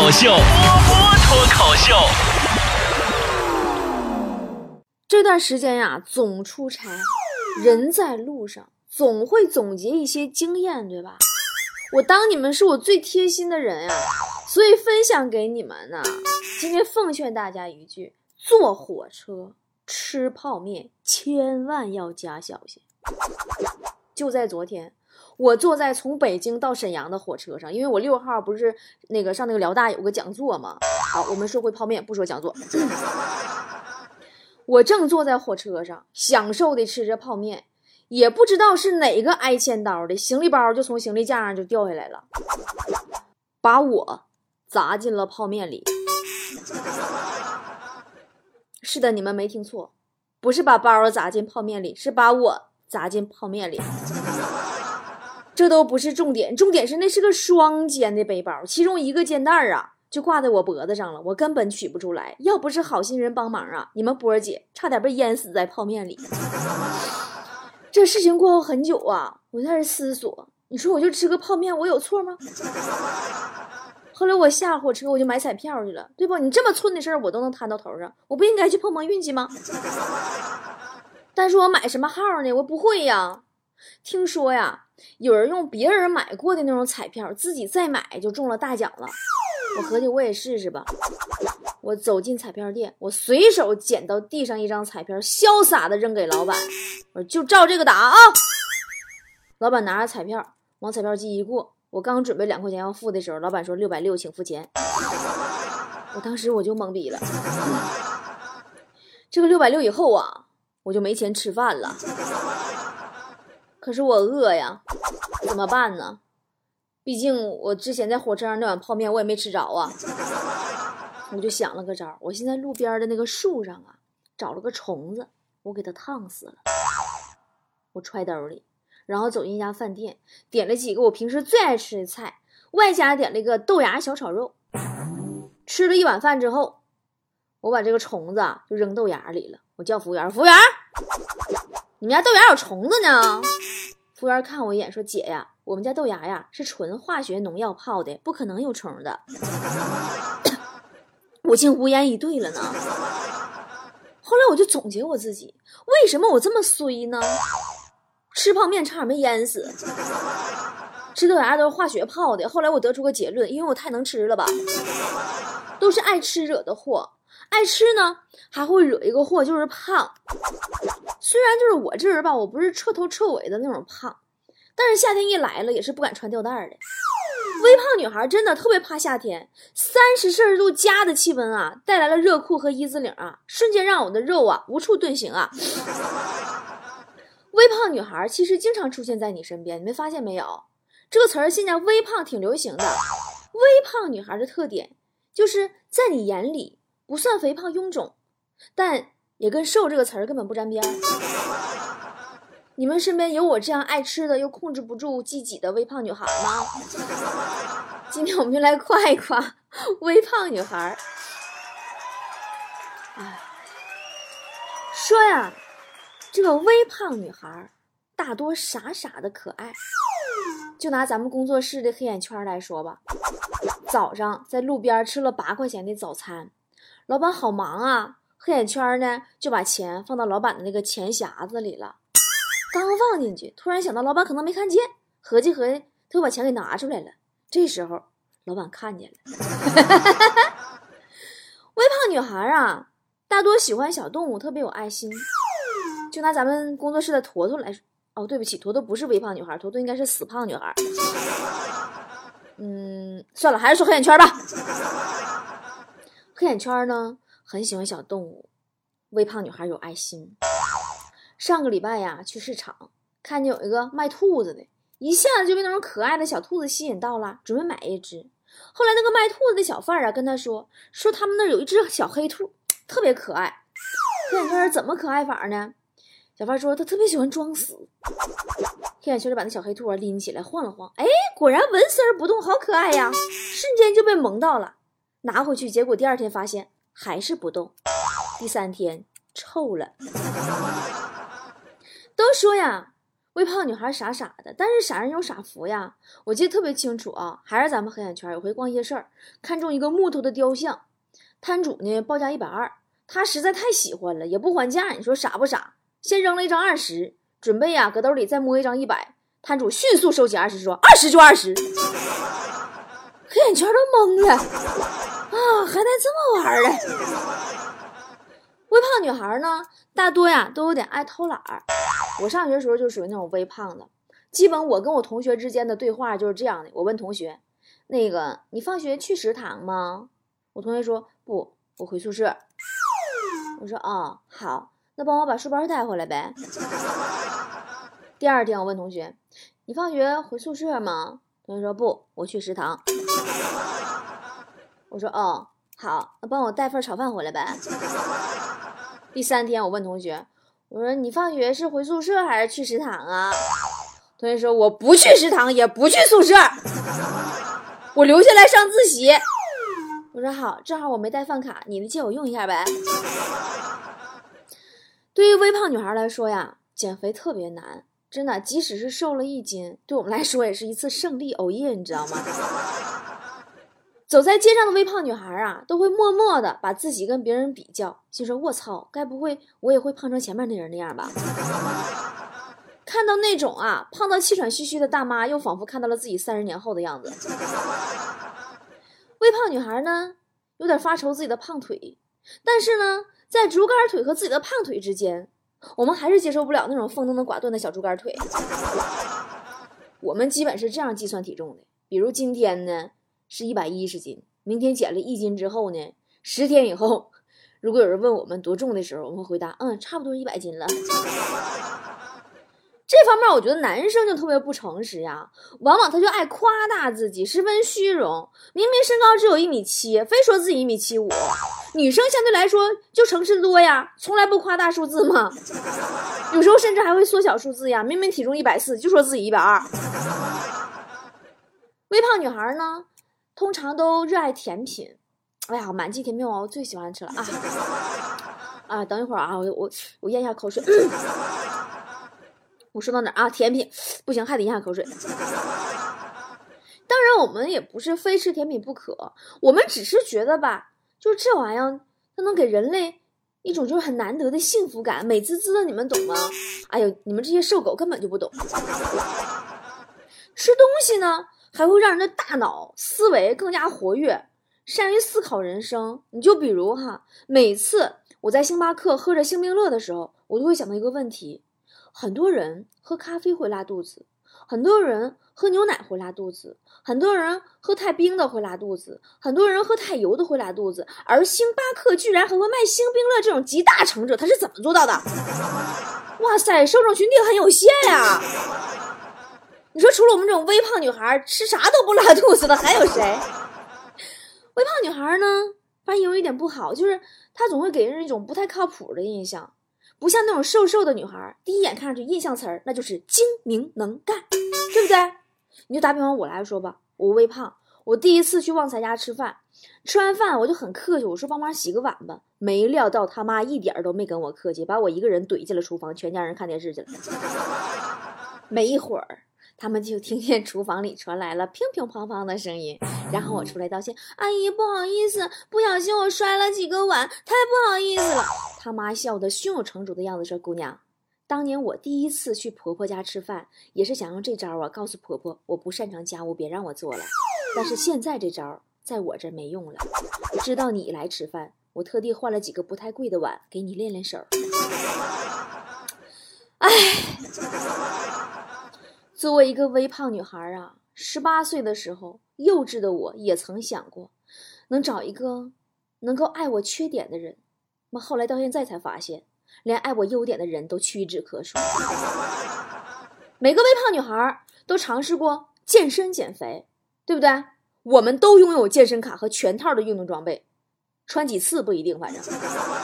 口秀，脱口秀。 这段时间呀，总出差，人在路上，总会总结一些经验，对吧？我当你们是我最贴心的人呀，所以分享给你们呢。今天奉劝大家一句：坐火车吃泡面千万要加小心。就在昨天，我坐在从北京到沈阳的火车上，因为我6号不是上那个辽大有个讲座嘛。好，我们说回泡面，不说讲座。我正坐在火车上，享受的吃着泡面，也不知道是哪个挨千刀的行李包就从行李架上就掉下来了，把我砸进了泡面里。是的，你们没听错，不是把包砸进泡面里，是把我砸进泡面里。这都不是重点，重点是那是个双肩的背包，其中一个肩带啊就挂在我脖子上了，我根本取不出来。要不是好心人帮忙啊，你们波儿姐差点被淹死在泡面里。这事情过后很久啊，我在这思索，你说我就吃个泡面，我有错吗？后来我下火车，我就买彩票去了，对吧？你这么寸的事儿我都能摊到头上，我不应该去碰碰运气吗？但是我买什么号呢？我不会呀。听说呀，有人用别人买过的那种彩票，自己再买就中了大奖了。我合计我也试试吧。我走进彩票店，我随手捡到地上一张彩票，潇洒的扔给老板，我就照这个打啊。老板拿着彩票往彩票机一过，我刚准备2块钱要付的时候，老板说660请付钱。我当时我就懵逼了。这个660以后啊，我就没钱吃饭了。可是我饿呀，怎么办呢？毕竟我之前在火车上那碗泡面我也没吃着啊。我就想了个招，我现在路边的那个树上啊，找了个虫子，我给它烫死了。我揣兜里，然后走进一家饭店，点了几个我平时最爱吃的菜，外加点了一个豆芽小炒肉。吃了一碗饭之后，我把这个虫子就扔豆芽里了。我叫服务员，服务员，你们家豆芽有虫子呢？服务员看我一眼说，姐呀，我们家豆芽呀是纯化学农药泡的，不可能有虫的。我竟无言以对了呢。后来我就总结我自己，为什么我这么衰呢？吃泡面差点没淹死，吃豆芽都是化学泡的。后来我得出个结论，因为我太能吃了吧，都是爱吃惹的祸。爱吃呢还会惹一个祸，就是胖。虽然就是我这人吧，我不是彻头彻尾的那种胖，但是夏天一来了也是不敢穿吊带的。微胖女孩真的特别怕夏天，30摄氏度加的气温啊，带来了热裤和一字领啊，瞬间让我的肉啊无处遁形啊。微胖女孩其实经常出现在你身边，你没发现没有？这个词儿现在微胖挺流行的。微胖女孩的特点就是在你眼里不算肥胖臃肿，但也跟瘦这个词儿根本不沾边儿。你们身边有我这样爱吃的又控制不住自己的微胖女孩吗？今天我们就来夸一夸微胖女孩。说呀，这个微胖女孩大多傻傻的可爱。就拿咱们工作室的黑眼圈来说吧，早上在路边吃了8块钱的早餐，老板好忙啊，黑眼圈呢就把钱放到老板的那个钱匣子里了。刚放进去，突然想到老板可能没看见，合计他就把钱给拿出来了。这时候老板看见了。微胖女孩啊，大多喜欢小动物，特别有爱心。就拿咱们工作室的坨坨来说，哦，对不起，坨坨不是微胖女孩，坨坨应该是死胖女孩。算了，还是说黑眼圈吧。黑眼圈呢，很喜欢小动物，微胖女孩有爱心。上个礼拜呀，去市场看见有一个卖兔子的，一下子就被那种可爱的小兔子吸引到了，准备买一只。后来那个卖兔子的小贩啊跟他说他们那儿有一只小黑兔，特别可爱。黑眼圈怎么可爱法呢？小贩说他特别喜欢装死。黑眼圈就把那小黑兔拎起来晃了晃，果然纹丝儿不动，好可爱呀！瞬间就被萌到了。拿回去，结果第2天发现还是不动，第3天臭了。都说呀， 微胖女孩傻傻的，但是傻人有傻福呀。我记得特别清楚啊，还是咱们黑眼圈。有回逛夜市，看中一个木头的雕像，摊主呢报价120，他实在太喜欢了，也不还价。你说傻不傻？先扔了一张20，准备呀搁兜里再摸一张100。摊主迅速收起20，说20就20。黑眼圈都懵了啊，还带这么玩的？微胖女孩呢，大多呀都有点爱偷懒儿。我上学的时候就属于那种微胖的，基本我跟我同学之间的对话就是这样的。我问同学，那个你放学去食堂吗？我同学说不，我回宿舍。我说哦，好，那帮我把书包带回来呗。第二天我问同学，你放学回宿舍吗？同学说不，我去食堂。我说哦，好，那帮我带份炒饭回来呗。第三天我问同学，我说你放学是回宿舍还是去食堂啊？同学说我不去食堂也不去宿舍，我留下来上自习。我说好，正好我没带饭卡，你借我用一下呗。对于微胖女孩来说呀，减肥特别难，真的，即使是瘦了1斤，对我们来说也是一次胜利。哦耶，你知道吗？走在街上的微胖女孩啊，都会默默的把自己跟别人比较，心说我操，该不会我也会胖成前面那人那样吧？看到那种啊胖到气喘吁吁的大妈，又仿佛看到了自己30年后的样子。微胖女孩呢，有点发愁自己的胖腿，但是呢，在竹竿腿和自己的胖腿之间，我们还是接受不了那种风灯寡断的小竹竿腿。我们基本是这样计算体重的，比如今天呢是110斤，明天减了1斤之后呢，10天以后，如果有人问我们多重的时候，我们会回答差不多100斤了。这方面我觉得男生就特别不诚实呀，往往他就爱夸大自己，十分虚荣，明明身高只有1.7米，非说自己1.75米。女生相对来说就诚实多呀，从来不夸大数字嘛，有时候甚至还会缩小数字呀，明明体重140，就说自己120。微胖女孩呢，通常都热爱甜品。哎呀，满记甜品我最喜欢吃了啊！等一会儿啊，我咽一下口水。我说到哪儿啊？甜品不行，还得咽下口水。当然，我们也不是非吃甜品不可，我们只是觉得吧，就是这玩意儿，它能给人类一种就是很难得的幸福感，美滋滋的，你们懂吗？哎呦，你们这些瘦狗根本就不懂。吃东西呢，还会让人的大脑思维更加活跃，善于思考人生。你就比如每次我在星巴克喝着星冰乐的时候，我都会想到一个问题。很多人喝咖啡会拉肚子，很多人喝牛奶会拉肚子，很多人喝太冰的会拉肚子，很多人喝太油的会拉肚子，而星巴克居然还会卖星冰乐这种集大成者，他是怎么做到的？哇塞，受众群体很有限呀！你说除了我们这种微胖女孩，吃啥都不拉肚子的还有谁？微胖女孩呢，发现有一点不好，就是她总会给人一种不太靠谱的印象。不像那种瘦瘦的女孩，第一眼看上去印象词儿那就是精明能干，对不对？你就打比方我来说吧，我微胖，我第一次去旺财家吃饭，吃完饭我就很客气，我说帮忙洗个碗吧，没料到他妈一点都没跟我客气，把我一个人怼进了厨房，全家人看电视去了。没一会儿，他们就听见厨房里传来了乒乒乓乓的声音，然后我出来道歉，阿姨不好意思，不小心我摔了几个碗，太不好意思了。他妈笑得胸有成竹的样子说，姑娘，当年我第一次去婆婆家吃饭，也是想用这招告诉婆婆我不擅长家务，别让我做了。但是现在这招在我这没用了，知道你来吃饭，我特地换了几个不太贵的碗给你练练手。哎，作为一个微胖女孩啊，18岁的时候，幼稚的我也曾想过能找一个能够爱我缺点的人，后来到现在才发现，连爱我优点的人都屈指可数。每个微胖女孩都尝试过健身减肥，对不对？我们都拥有健身卡和全套的运动装备，穿几次不一定，反正当然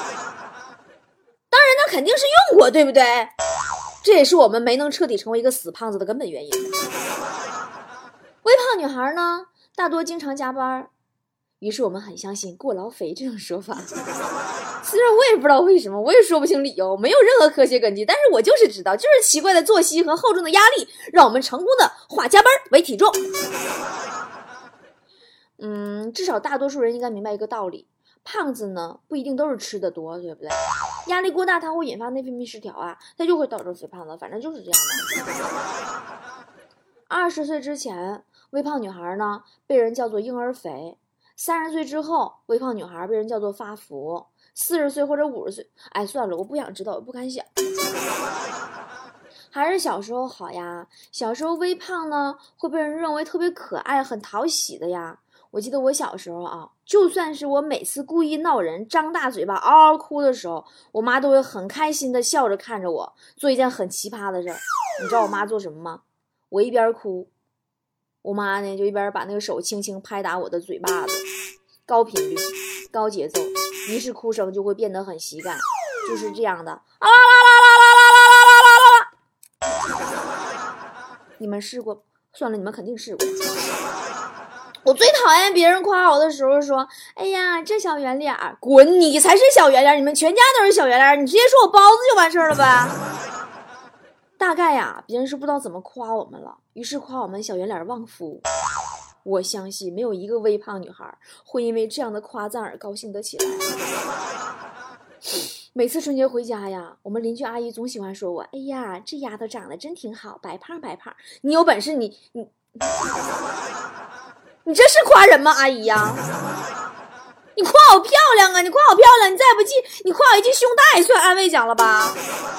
那肯定是用过，对不对？这也是我们没能彻底成为一个死胖子的根本原因。微胖女孩呢，大多经常加班，于是我们很相信过劳肥这种说法。 虽然我也不知道为什么，我也说不清理由，没有任何科学根据，但是我就是知道，就是奇怪的作息和厚重的压力，让我们成功的化加班为体重。至少大多数人应该明白一个道理，胖子呢不一定都是吃的多，对不对？压力过大它会引发内分泌失调啊，它就会导致肥胖的，反正就是这样的。20岁之前，微胖女孩呢被人叫做婴儿肥；30岁之后，微胖女孩被人叫做发福；40岁或者50岁，哎，算了，我不想知道，我不敢想。还是小时候好呀，小时候微胖呢会被人认为特别可爱、很讨喜的呀。我记得我小时候啊，就算是我每次故意闹人、张大嘴巴、嗷嗷哭的时候，我妈都会很开心的笑着看着我，做一件很奇葩的事儿。你知道我妈做什么吗？我一边哭，我妈呢就一边把那个手轻轻拍打我的嘴巴子，高频率、高节奏，于是哭声就会变得很喜感，就是这样的啊啦啦啦啦啦啦啦啦啦啦。你们试过？算了，你们肯定试过。我最讨厌别人夸我的时候说，哎呀，这小圆脸儿，滚，你才是小圆脸，你们全家都是小圆脸，你直接说我包子就完事儿了呗。大概呀，别人是不知道怎么夸我们了，于是夸我们小圆脸旺夫。我相信没有一个微胖女孩会因为这样的夸赞而高兴得起来。每次春节回家呀，我们邻居阿姨总喜欢说我，哎呀，这丫头长得真挺好，白胖白胖。你有本事你这是夸人吗，阿姨呀？你夸我漂亮啊，你夸我漂亮，你再不济，你夸我一句胸大也算安慰奖了吧？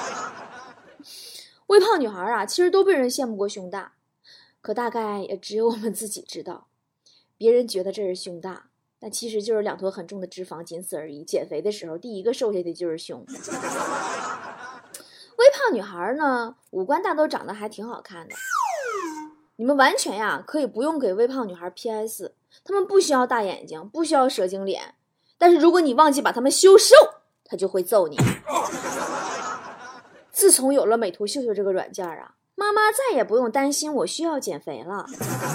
微胖女孩啊，其实都被人羡慕过胸大，可大概也只有我们自己知道，别人觉得这是胸大，但其实就是2坨很重的脂肪，仅此而已。减肥的时候，第一个瘦下的就是胸。微胖女孩呢，五官大都长得还挺好看的。你们完全呀，可以不用给微胖女孩 PS， 她们不需要大眼睛，不需要蛇精脸，但是如果你忘记把她们修瘦，她就会揍你。自从有了美图秀秀这个软件啊，妈妈再也不用担心我需要减肥了。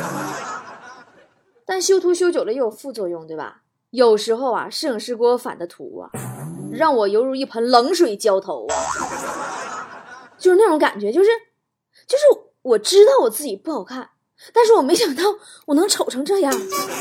但修图修久了也有副作用，对吧？有时候啊，摄影师给我返的图啊，让我犹如一盆冷水浇头啊，就是那种感觉，就是我知道我自己不好看，但是我没想到我能丑成这样。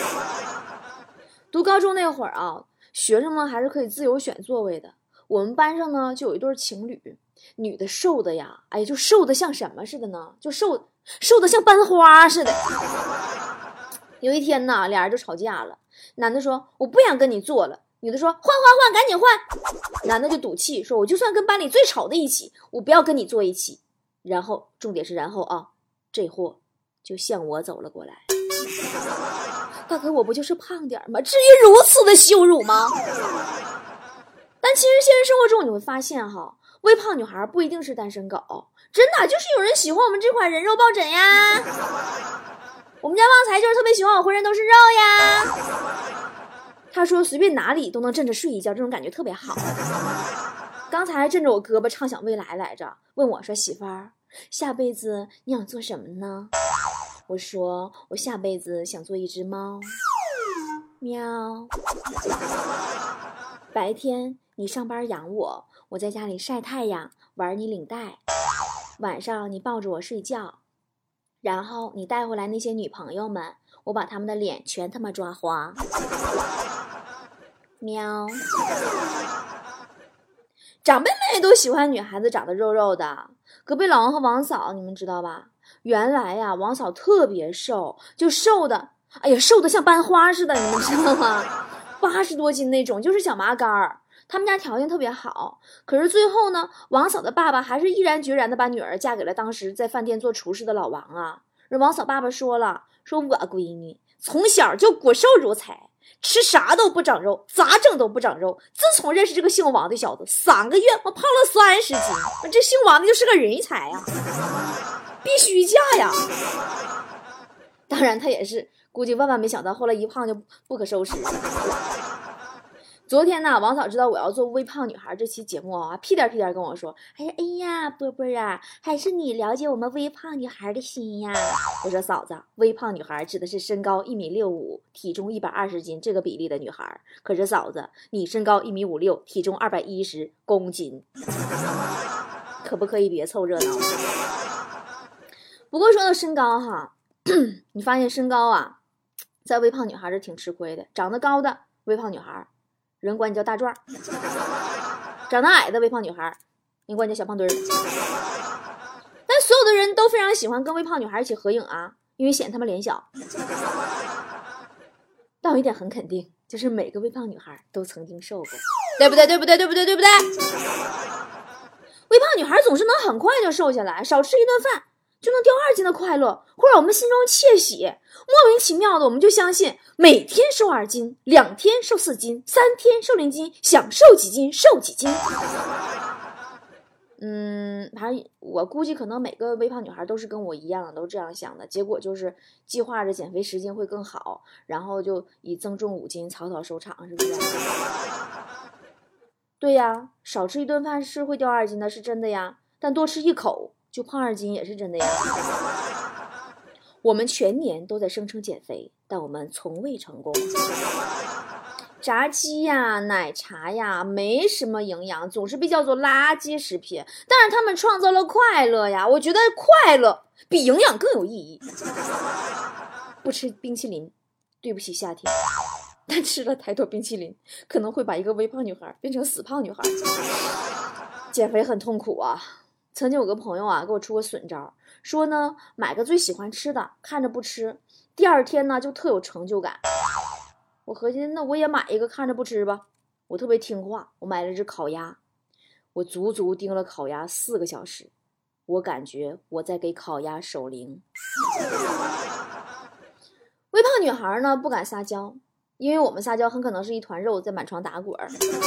读高中那会儿啊，学生们还是可以自由选座位的。我们班上呢就有一对情侣，女的瘦的呀，哎，就瘦的像什么似的呢？就瘦的像班花似的。有一天呢，俩人就吵架了。男的说我不想跟你做了，女的说换，赶紧换。男的就赌气说我就算跟班里最丑的一起，我不要跟你坐一起。然后重点是然后啊，这货就向我走了过来。大哥，我不就是胖点吗？至于如此的羞辱吗？但其实现实生活中你会发现哈，微胖女孩不一定是单身狗，真的就是有人喜欢我们这款人肉抱枕呀。我们家旺财就是特别喜欢我浑身都是肉呀。他说随便哪里都能枕着睡一觉，这种感觉特别好。刚才还枕着我胳膊畅想未来来着，问我说媳妇儿，下辈子你想做什么呢？我说我下辈子想做一只猫。喵。白天你上班养我，我在家里晒太阳玩你领带，晚上你抱着我睡觉，然后你带回来那些女朋友们，我把他们的脸全他妈抓花。喵。长辈们也都喜欢女孩子长得肉肉的。隔壁老王和王嫂你们知道吧？原来呀，王嫂特别瘦，就瘦的，哎呀，瘦的像班花似的，你们知道吗？80多斤那种，就是小麻杆儿。他们家条件特别好，可是最后呢，王嫂的爸爸还是毅然决然的把女儿嫁给了当时在饭店做厨师的老王啊。而王嫂爸爸说了，说我闺女从小就骨瘦如柴，吃啥都不长肉，咋整都不长肉。自从认识这个姓王的小子，3个月我胖了30斤，这姓王的就是个人才呀，必须嫁呀。当然他也是估计万万没想到，后来一胖就不可收拾了。 昨天呢，王嫂知道我要做微胖女孩这期节目啊，屁颠屁颠跟我说，哎呀，波波啊，还是你了解我们微胖女孩的心呀。我说嫂子，微胖女孩指的是身高1.65米，体重120斤这个比例的女孩。可是嫂子，你身高1.56米，体重210公斤，可不可以别凑热闹？不过说到身高哈，你发现身高啊，在微胖女孩这挺吃亏的。长得高的微胖女孩，人管你叫大壮；长得矮的微胖女孩，人管你叫小胖墩儿。但所有的人都非常喜欢跟微胖女孩一起合影啊，因为显他们脸小。但有一点很肯定，就是每个微胖女孩都曾经瘦过，对不对？对不对？对不对？对不对？微胖女孩总是能很快就瘦下来，少吃一顿饭就能掉2斤的快乐，会让我们心中窃喜。莫名其妙的，我们就相信每天瘦2斤，2天瘦4斤，3天瘦0斤，想瘦几斤瘦几斤。反正我估计可能每个微胖女孩都是跟我一样，都这样想的。结果就是计划着减肥10斤会更好，然后就以增重5斤草草收场，是不是？对呀，少吃一顿饭是会掉2斤的，是真的呀。但多吃一口就胖2斤也是真的呀。我们全年都在声称减肥，但我们从未成功。炸鸡呀、奶茶呀，没什么营养，总是被叫做垃圾食品。但是他们创造了快乐呀，我觉得快乐比营养更有意义。不吃冰淇淋，对不起夏天。但吃了太多冰淇淋，可能会把一个微胖女孩变成死胖女孩。减肥很痛苦啊。曾经有个朋友啊，给我出个损招，说呢，买个最喜欢吃的，看着不吃，第2天呢就特有成就感。我合计，那我也买一个看着不吃吧。我特别听话，我买了只烤鸭，我足足盯了烤鸭4个小时，我感觉我在给烤鸭守灵。微胖女孩呢不敢撒娇，因为我们撒娇很可能是一团肉在满床打滚。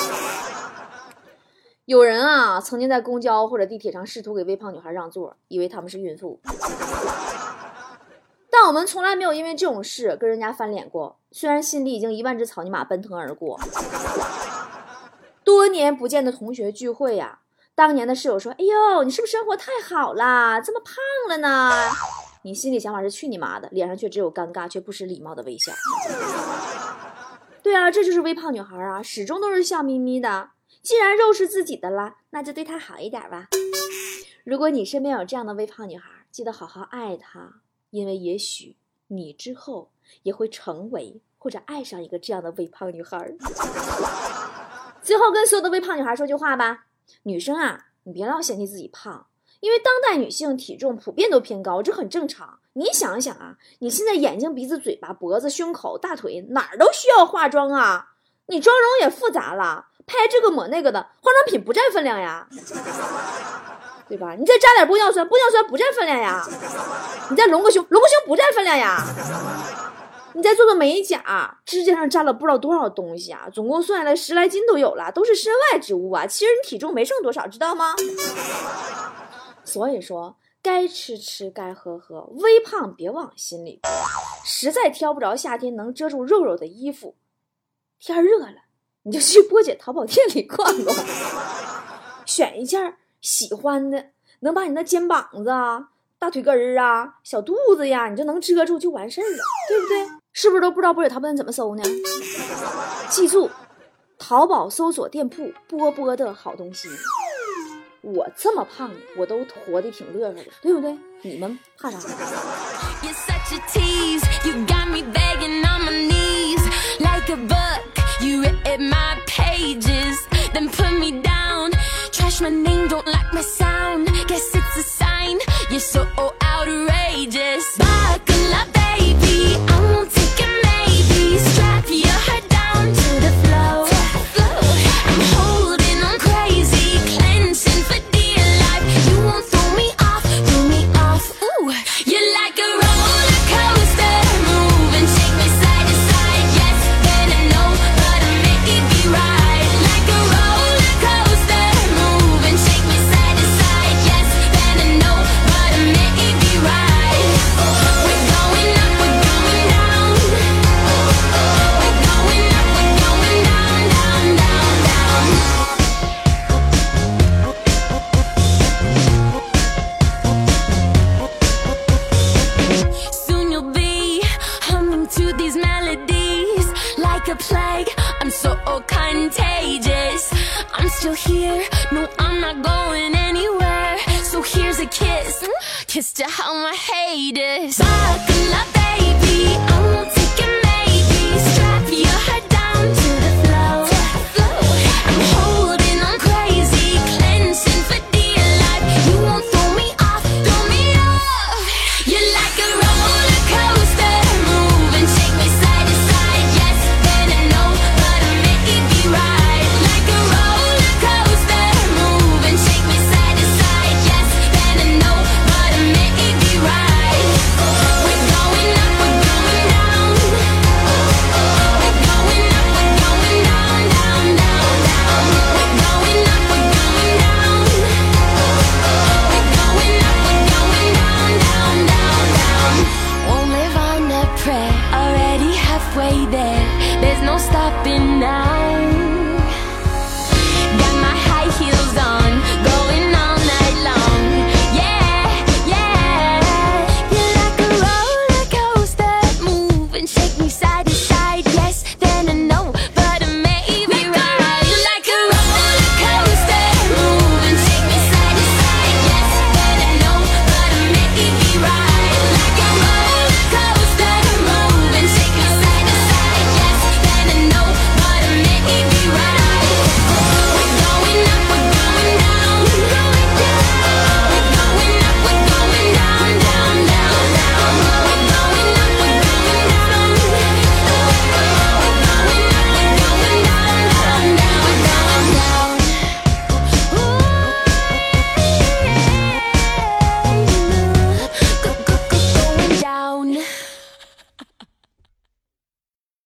有人啊曾经在公交或者地铁上试图给微胖女孩让座，以为他们是孕妇。但我们从来没有因为这种事跟人家翻脸过，虽然心里已经1万只草泥马奔腾而过。多年不见的同学聚会呀，当年的室友说，哎呦，你是不是生活太好啦，这么胖了呢？你心里想法是去你妈的，脸上却只有尴尬却不失礼貌的微笑。对啊，这就是微胖女孩啊，始终都是笑眯眯的。既然肉是自己的啦，那就对她好一点吧。如果你身边有这样的微胖女孩，记得好好爱她，因为也许你之后也会成为或者爱上一个这样的微胖女孩。最后跟所有的微胖女孩说句话吧，女生啊，你别老嫌弃自己胖，因为当代女性体重普遍都偏高，这很正常。你想一想啊，你现在眼睛、鼻子、嘴巴、脖子、胸口、大腿哪儿都需要化妆啊，你妆容也复杂了，拍这个抹那个的，化妆品不占分量呀，对吧？你再加点玻尿酸，玻尿酸不占分量呀，你再隆个胸，隆个胸不占分量呀，你再做个美甲，指甲上沾了不知道多少东西啊，总共算下来10来斤都有了，都是身外之物啊，其实你体重没剩多少，知道吗？所以说该吃吃该喝喝，微胖别往心里搁，实在挑不着夏天能遮住肉肉的衣服，天热了你就去波姐淘宝店里逛逛，选一件喜欢的，能把你那肩膀子啊、大腿根儿啊、小肚子呀，你就能遮住就完事儿了，对不对？是不是都不知道波姐淘宝店怎么搜呢？记住，淘宝搜索店铺波波的好东西。我这么胖，我都活得挺乐呵的，对不对？你们怕啥？ You're like a roller coaster, moving, shake me a plague, I'm so contagious. I'm still here, no I'm not going anywhere. So here's a kiss, kiss to all my haters. Bacala,